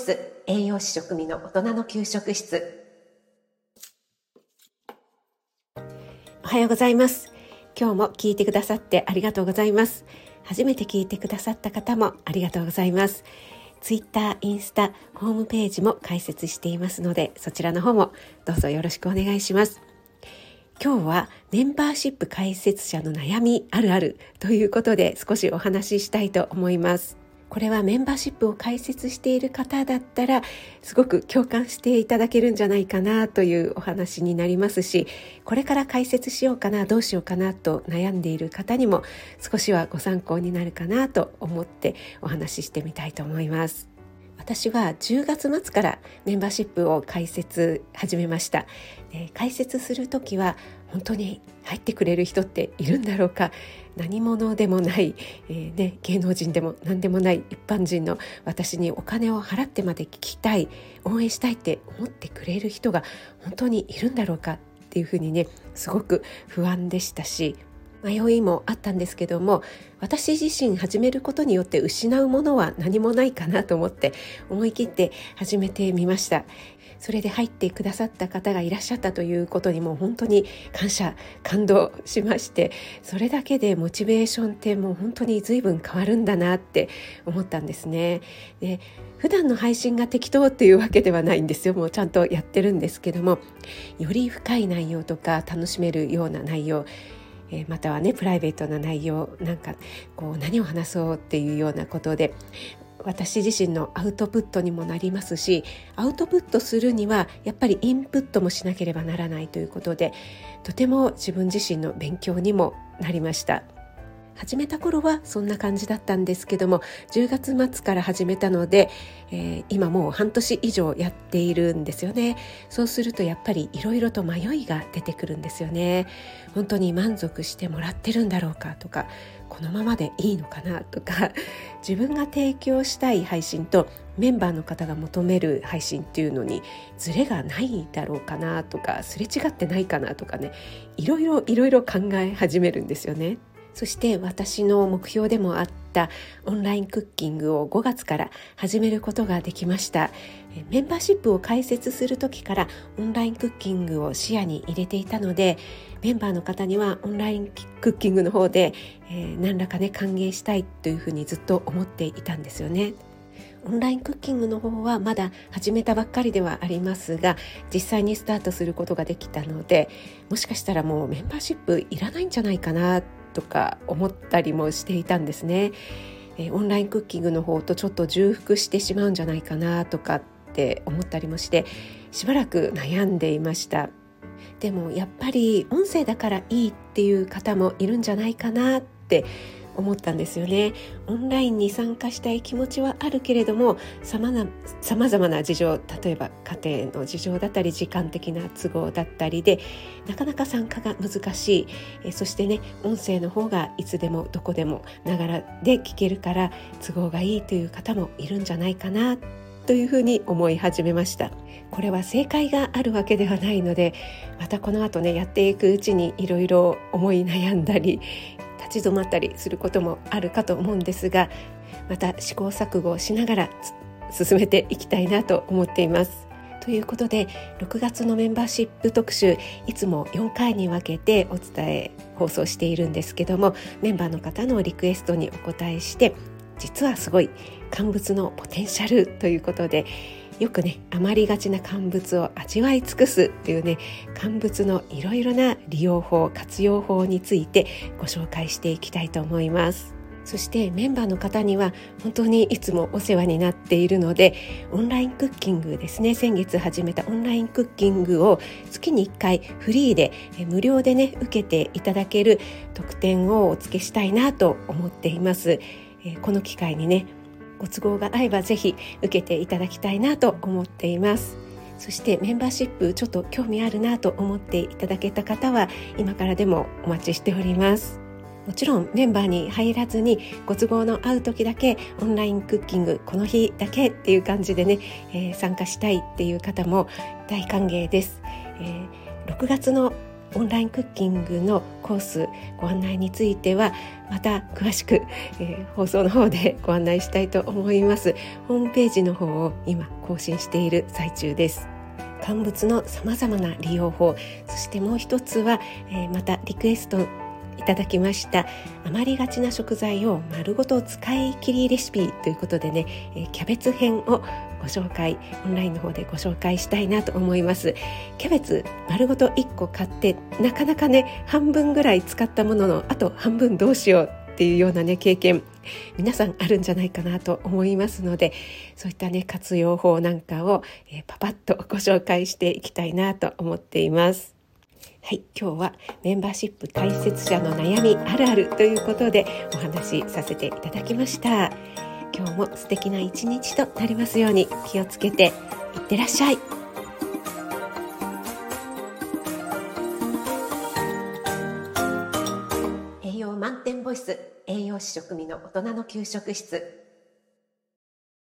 ス栄養士食味の大人の給食室。おはようございます。今日も聞いてくださってありがとうございます。初めて聞いてくださった方もありがとうございます。ツイッター、インスタ、ホームページも開設していますので、そちらの方もどうぞよろしくお願いします。今日はメンバーシップ開設者の悩みあるあるということで少しお話ししたいと思います。これはメンバーシップを開設している方だったらすごく共感していただけるんじゃないかなというお話になりますし、これから開設しようかな、どうしようかなと悩んでいる方にも少しはご参考になるかなと思ってお話ししてみたいと思います。私は10月末からメンバーシップを開設始めました。開設するときは本当に入ってくれる人っているんだろうか、何者でもない、芸能人でも何でもない一般人の私にお金を払ってまで聞きたい、応援したいって思ってくれる人が本当にいるんだろうかっていうふうにね、すごく不安でしたし、迷いもあったんですけども、私自身始めることによって失うものは何もないかなと思って思い切って始めてみました。それで入ってくださった方がいらっしゃったということにも本当に感動しまして、それだけでモチベーションってもう本当に随分変わるんだなって思ったんですね。で、普段の配信が適当っていうわけではないんですよ。もうちゃんとやってるんですけども、より深い内容とか楽しめるような内容、またはねプライベートな内容、なんかこう何を話そうっていうようなことで私自身のアウトプットにもなりますし、アウトプットするにはやっぱりインプットもしなければならないということで、とても自分自身の勉強にもなりました。始めた頃はそんな感じだったんですけども、10月末から始めたので、今もう半年以上やっているんですよね。そうするとやっぱりいろいろと迷いが出てくるんですよね。本当に満足してもらってるんだろうかとか、このままでいいのかなとか、自分が提供したい配信とメンバーの方が求める配信っていうのにズレがないだろうかなとか、すれ違ってないかなとかね、いろいろ考え始めるんですよね。そして私の目標でもあったオンラインクッキングを5月から始めることができました。メンバーシップを開設する時からオンラインクッキングを視野に入れていたので、メンバーの方にはオンラインクッキングの方で、何らかね歓迎したいというふうにずっと思っていたんですよね。オンラインクッキングの方はまだ始めたばっかりではありますが、実際にスタートすることができたので、もしかしたらもうメンバーシップいらないんじゃないかなとか思ったりもしていたんですね。オンラインクッキングの方とちょっと重複してしまうんじゃないかなとかって思ったりもして、しばらく悩んでいました。でもやっぱり音声だからいいっていう方もいるんじゃないかなって思ったんですよね。オンラインに参加したい気持ちはあるけれども、様々な事情、例えば家庭の事情だったり時間的な都合だったりでなかなか参加が難しい。そしてね、音声の方がいつでもどこでもながらで聞けるから都合がいいという方もいるんじゃないかなというふうに思い始めました。これは正解があるわけではないので、またこの後ねやっていくうちにいろいろ思い悩んだり立ち止まったりすることもあるかと思うんですが、また試行錯誤をしながら進めていきたいなと思っています。ということで6月のメンバーシップ特集、いつも4回に分けてお伝え放送しているんですけども、メンバーの方のリクエストにお答えして、実はすごい乾物のポテンシャルということで、よくね余りがちな乾物を味わい尽くすっていうね、乾物のいろいろな利用法活用法についてご紹介していきたいと思います。そしてメンバーの方には本当にいつもお世話になっているので、オンラインクッキングですね、先月始めたオンラインクッキングを月に1回フリーで無料でね受けていただける特典をお付けしたいなと思っています。この機会にねご都合が合えばぜひ受けていただきたいなと思っています。そしてメンバーシップちょっと興味あるなと思っていただけた方は今からでもお待ちしております。もちろんメンバーに入らずにご都合の合う時だけオンラインクッキングこの日だけっていう感じでね、参加したいっていう方も大歓迎です。6月のオンラインクッキングのコースご案内についてはまた詳しく、放送の方でご案内したいと思います。ホームページの方を今更新している最中です。乾物のさまざまな利用法、そしてもう一つは、またリクエストいただきました余りがちな食材を丸ごと使い切りレシピということでね、キャベツ編をご紹介、オンラインの方でご紹介したいなと思います。キャベツ丸ごと1個買ってなかなかね半分ぐらい使ったもののあと半分どうしようっていうようなね経験皆さんあるんじゃないかなと思いますので、そういったね活用法なんかを、パパッとご紹介していきたいなと思っています。はい、今日はメンバーシップ大切者の悩みあるあるということでお話しさせていただきました。今日も素敵な一日となりますように気をつけていってらっしゃい。栄養満点ボイス、栄養士食味の大人の給食室。